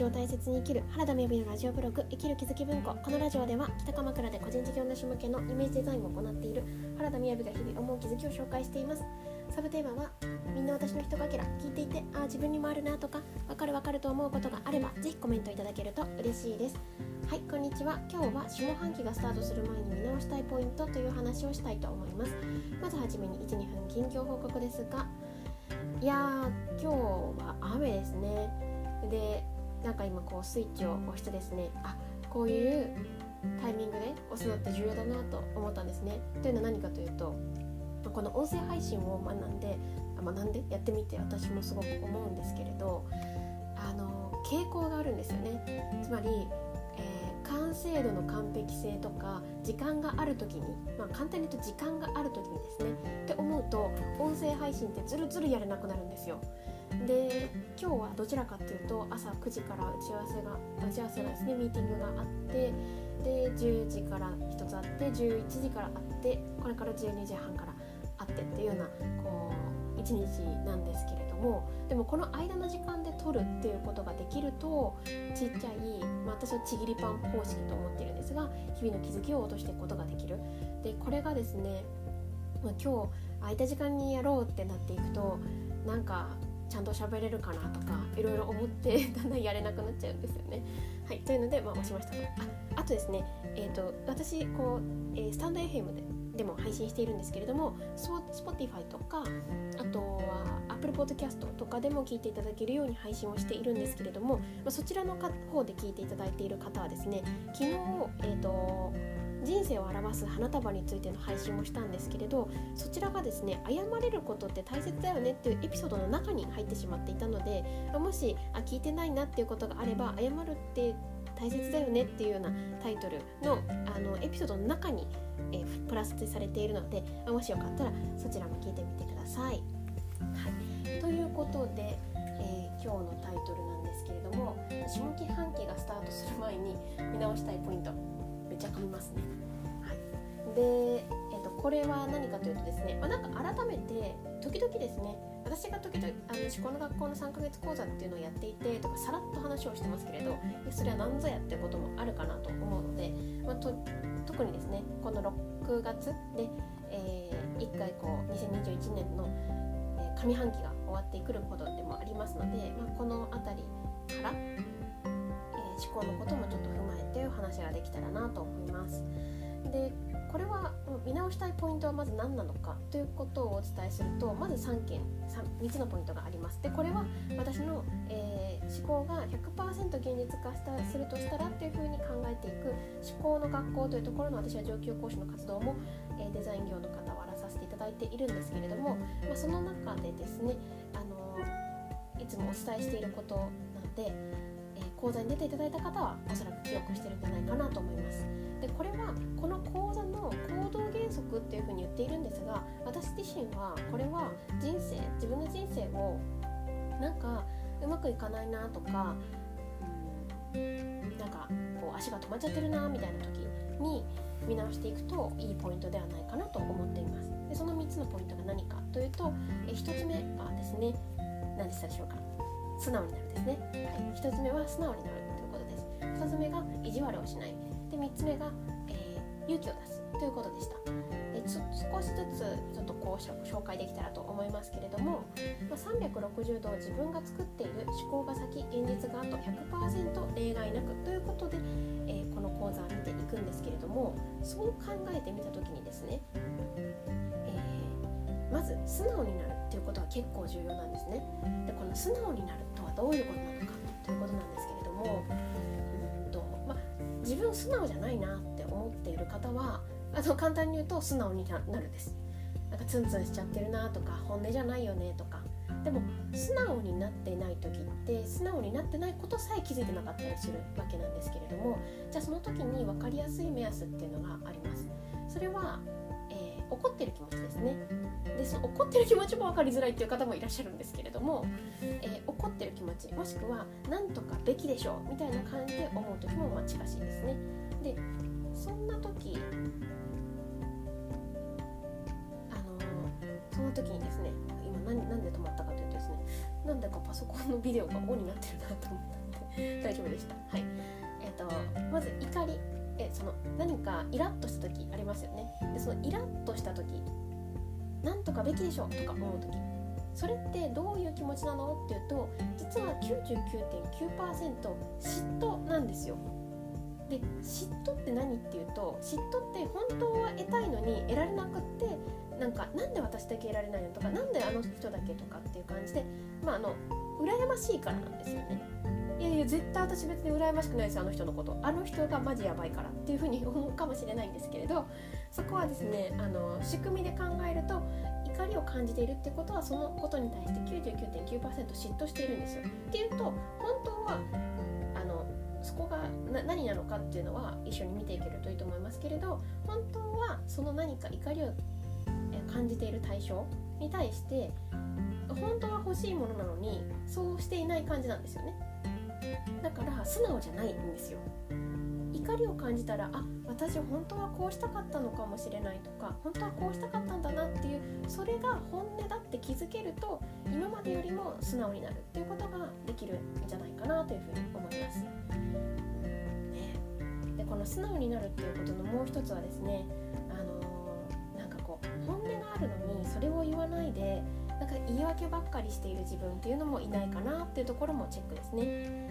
を大切に生きる原田美由のラジオブログ生きる気づき文庫。このラジオでは北鎌倉で個人事業主向けのイメージデザインを行っている原田美由が日々思う気づきを紹介しています。サブテーマはみんな私のひとかけら、聞いていて自分にもあるなとかわかると思うことがあればぜひコメントいただけると嬉しいです。はい、こんにちは。今日は下半期がスタートする前に見直したいポイントという話をしたいと思います。まずはじめに 1,2 分近況報告ですが、いや今日は雨ですね。でなんか今こうスイッチを押してですね、こういうタイミングで押すのって重要だなと思ったんですね。というのは何かというと、この音声配信を学んでやってみて私もすごく思うんですけれど、傾向があるんですよね。つまり、完成度の完璧性とか時間がある時に、簡単に言うと時間がある時にですねって思うと音声配信ってずるずるやれなくなるんですよ。で今日はどちらかというと朝9時から打ち合わせがですね、ミーティングがあって、で10時から1つあって11時からあって、これから12時半からあってっていうようなこう1日なんですけれども、でもこの間の時間で撮るっていうことができるとちっちゃい、私はちぎりパン方式と思っているんですが、日々の気づきを落としていくことができる。でこれがですね、今日空いた時間にやろうってなっていくとなんかちゃんと喋れるかなとかいろいろ思ってだんだんやれなくなっちゃうんですよね。はい、というので、押しましたと。あとですね、私スタンド FM でも配信しているんですけれども、Spotify とかあとは Apple Podcast とかでも聞いていただけるように配信をしているんですけれども、そちらの方で聞いていただいている方はですね、昨日人生を表す花束についての配信をしたんですけれど、そちらがですね、謝れることって大切だよねっていうエピソードの中に入ってしまっていたので、もし聞いてないなっていうことがあれば、謝るって大切だよねっていうようなタイトルの、エピソードの中に、プラスされているので、もしよかったらそちらも聞いてみてください。はい、ということで、今日のタイトルなんですけれども、下半期がスタートする前に見直したいポイント、めっちゃ噛みますね。はい、で、これは何かというとですね、なんか改めて時々ですね、私が時々思考の学校の3ヶ月講座っていうのをやっていてとかさらっと話をしてますけれど、それは何ぞやっていうこともあるかなと思うので、特にですねこの6月で、1回2021年の、上半期が終わってくることでもありますので、このあたりから、思考のこともちょっと踏まえてお話ができたらなと思います。でこれは見直したいポイントはまず何なのかということをお伝えすると、まず3つのポイントがあります。でこれは私の、思考が 100% 現実化するとしたらというふうに考えていく思考の学校というところの、私は上級講師の活動も、デザイン業の傍らさせていただいているんですけれども、その中でですね、いつもお伝えしていることなので、講座に出ていただいた方はおそらく記憶してるんじゃないかなと思います。でこれはこの講座の行動原則っていうふうに言っているんですが、私自身はこれは自分の人生をなんかうまくいかないなとか、なんかこう足が止まっちゃってるなみたいな時に見直していくといいポイントではないかなと思っています。でその3つのポイントが何かというと、1つ目はですね、何でしたでしょうか。素直になるですね。はい、1つ目は素直になるということです。2つ目が意地悪をしない。で3つ目が、勇気を出すということでした。少しずつちょっとこう紹介できたらと思いますけれども、360度自分が作っている思考が先、現実が後 100% 例外なくということで、この講座を見ていくんですけれども、そう考えてみたときにですね、まず素直になるということは結構重要なんですね。でこの素直になるとはどういうことなのかということなんですけれども、自分素直じゃないなって思っている方は簡単に言うと素直になるです。なんかツンツンしちゃってるなとか、本音じゃないよねとか。でも素直になっていない時って素直になってないことさえ気づいてなかったりするわけなんですけれども、じゃあその時に分かりやすい目安っていうのがあります。それは、怒ってる気持ちですね。でその怒ってる気持ちも分かりづらいっていう方もいらっしゃるんですけれども、怒ってる気持ちもしくはなんとかべきでしょうみたいな感じで思う時も近しいですね。でそんな時にですね、今なんで止まったかというとですね、なんだかパソコンのビデオがオンになってるなと思ったので大丈夫でした。はい。まず怒り、その何かイラッとした時ありますよね。でそのイラッとした時、なんとかべきでしょとか思う時、それってどういう気持ちなのっていうと、実は 99.9% 嫉妬なんですよ。で嫉妬って何っていうと、嫉妬って本当は得たいのに得られなくって、なんで私だけ得られないのとか、なんであの人だけとかっていう感じで、羨ましいからなんですよね。いや絶対私別に羨ましくないですよ、あの人のこと。あの人がマジやばいからっていうふうに思うかもしれないんですけれど、そこはですね、仕組みで考えると、怒りを感じているってことは、そのことに対して 99.9% 嫉妬しているんですよ。っていうと、本当はそこが何なのかっていうのは一緒に見ていけるといいと思いますけれど、本当はその何か怒りを感じている対象に対して本当は欲しいものなのにそうしていない感じなんですよね。だから素直じゃないんですよ。怒りを感じたら、私本当はこうしたかったのかもしれないとか、本当はこうしたかったんだなっていう、それが本音だって気づけると、今までよりも素直になるっていうことができるんじゃないかなというふうに思います。でこの素直になるっていうことのもう一つはですね、本音があるのにそれを言わないで言い訳ばっかりしている自分っていうのもいないかなっていうところもチェックですね。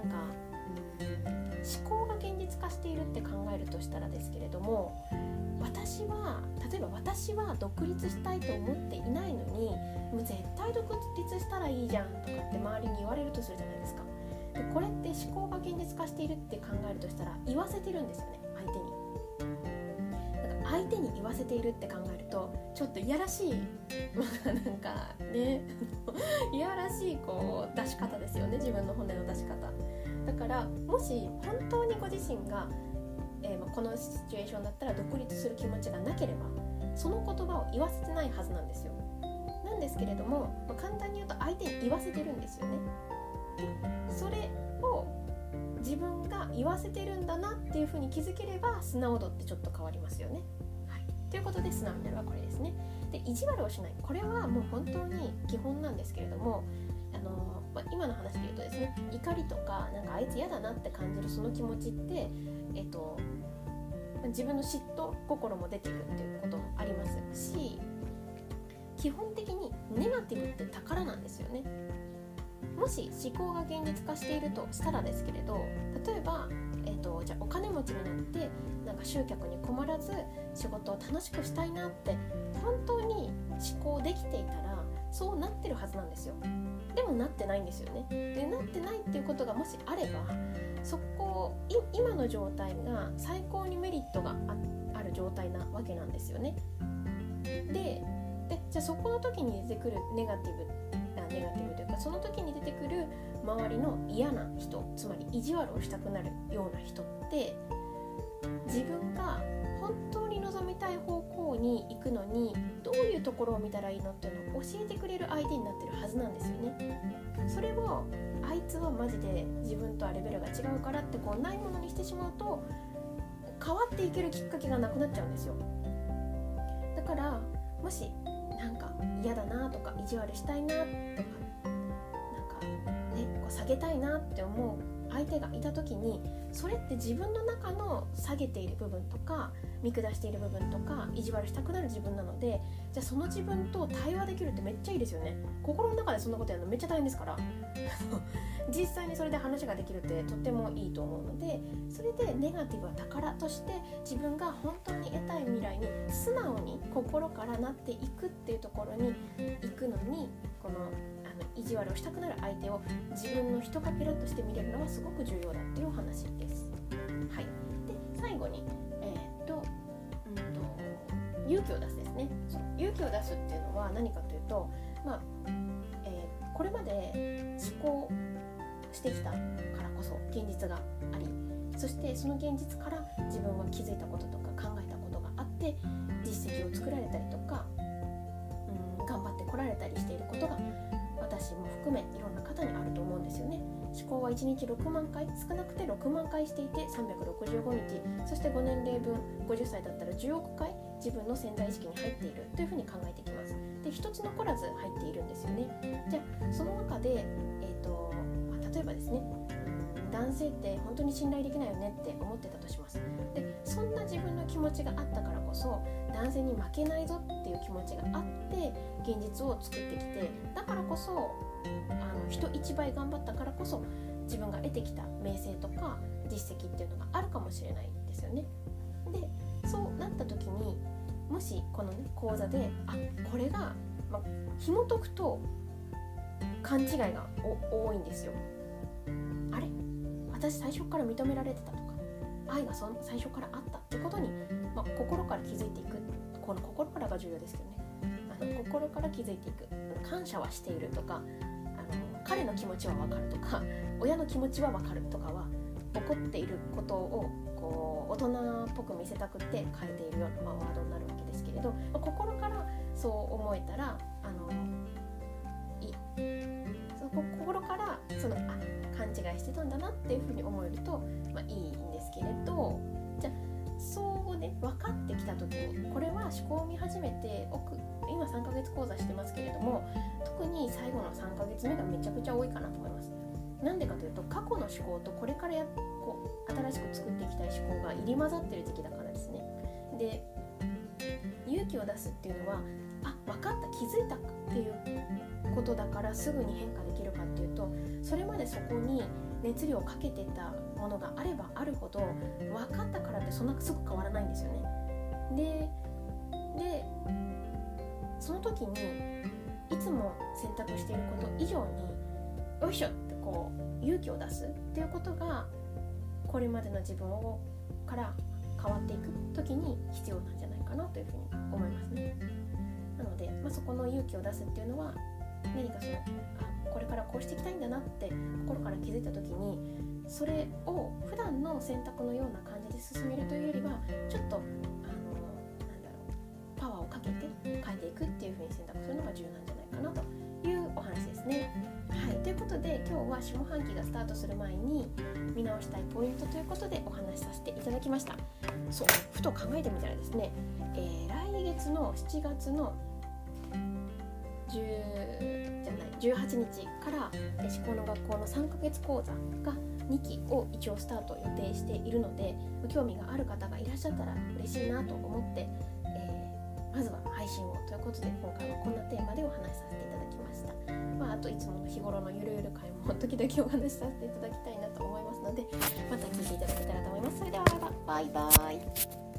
思考が現実化しているって考えるとしたらですけれども、例えば私は独立したいと思っていないのに、もう絶対独立したらいいじゃんとかって周りに言われるとするじゃないですか。でこれって思考が現実化しているって考えるとしたら、言わせてるんですよね、相手に言わせているって考えると、ちょっといやらしいいやらしい出し方ですよね、自分の本音の出し方だから。もし本当にご自身が、このシチュエーションだったら独立する気持ちがなければ、その言葉を言わせてないはずなんですよ。なんですけれども、簡単に言うと相手に言わせてるんですよね。でそれを自分が言わせてるんだなっていう風に気づければ、素直度ってちょっと変わりますよね。ということで、素直になるはこれですね。で意地悪をしない、これはもう本当に基本なんですけれども、今の話で言うとですね、怒りとかあいつ嫌だなって感じるその気持ちって、自分の嫉妬心も出ているっていうこともありますし、基本的にネガティブって宝なんですよね。もし思考が現実化しているとしたらですけれど、例えばじゃあお金持ちになって集客に困らず仕事を楽しくしたいなって本当に思考できていたら、そうなってるはずなんですよ。でもなってないんですよね。でなってないっていうことがもしあれば、今の状態が最高にメリットがある状態なわけなんですよね。でじゃあそこの時に出てくるネガティブというか、その時に出てくる周りの嫌な人、つまり意地悪をしたくなるような人って、自分が本当に望みたい方向に行くのにどういうところを見たらいいのっていうのを教えてくれる相手になってるはずなんですよね。それをあいつはマジで自分とはレベルが違うからってないものにしてしまうと、変わっていけるきっかけがなくなっちゃうんですよ。だからもし嫌だなとか意地悪したいなとか下げたいなって思う相手がいた時に、それって自分の中の下げている部分とか見下している部分とか意地悪したくなる自分なので、じゃあその自分と対話できるってめっちゃいいですよね。心の中でそんなことやるのめっちゃ大変ですから実際にそれで話ができるってとってもいいと思うので、それでネガティブは宝として自分が本当に得たい未来に素直に心からなっていくっていうところに行くのに、意地悪をしたくなる相手を自分の一かけらとして見れるのはすごく重要だっていうお話です。はい。で最後に勇気を出すですね。勇気を出すっていうのは何かというと、これまで思考してきたからこそ現実があり、そしてその現実から自分は気づいたこととか考えたことがあって、実績を作られたりとか、頑張ってこられたりしていることが私も含めいろんな方にあると思うんですよね。思考は1日6万回、少なくて6万回していて365日、そして5年齢分50歳だったら10億回自分の潜在意識に入っているというふうに考えてきます。で一つ残らず入っているんですよね。じゃあその中で、例えばですね、 性って本当に信頼できないよねって思ってたとします。でそんな自分の気持ちがあったからこそ男性に負けないぞっていう気持ちがあって現実を作ってきて、だからこそ人一倍頑張ったからこそ自分が得てきた名声とか実績っていうのがあるかもしれないんですよね。でそうなった時にもしこの、講座でこれが、紐解くと勘違いが多いんですよ。あれ私最初から認められてたとか愛が最初からあったってことに、心から気づいていく。この心からが重要ですけどね。心から気づいていく。感謝はしているとか彼の気持ちは分かるとか親の気持ちは分かるとかは怒っていることをこう大人っぽく見せたくって変えているような、ワードになるわけですけれど、心からそう思えたら心から勘違いしてたんだなっていうふうに思えると、いいんですけれど、じゃあそうね分かってきた時にこれは思考を見始めて今3ヶ月講座してますけれども、特に最後の3ヶ月目がめちゃくちゃ多いかなと思います。なんでかというと過去の思考とこれから新しく作っていきたい思考が入り混ざってる時期だからですね。で勇気を出すっていうのは分かった気づいたっていうことだからすぐに変化できるかっていうと、それまでそこに熱量をかけてたものがあればあるほど分かったからってそんなすぐ変わらないんですよね。でその時にいつも選択していること以上によいしょって勇気を出すっていうことがこれまでの自分から変わっていく時に必要なんじゃないかなというふうに思いますね。なので、そこの勇気を出すっていうのは何かこれからこうしていきたいんだなって心から気づいた時にそれを普段の選択のような感じで進めるというよりはちょっとパワーをかけて変えていくっていう風に選択するのが重要なんじゃないかなというお話ですね。はい、ということで今日は下半期がスタートする前に見直したいポイントということでお話しさせていただきました。そうふと考えてみたらですね、来月の7月の18日から思考の学校の3ヶ月講座が2期を一応スタート予定しているので、興味がある方がいらっしゃったら嬉しいなと思って、まずは配信をということで今回はこんなテーマでお話しさせていただきました。あといつもの日頃のゆるゆる会も時々お話しさせていただきたいなと思いますので、また聞いていただけたらと思います。それではバイバイ。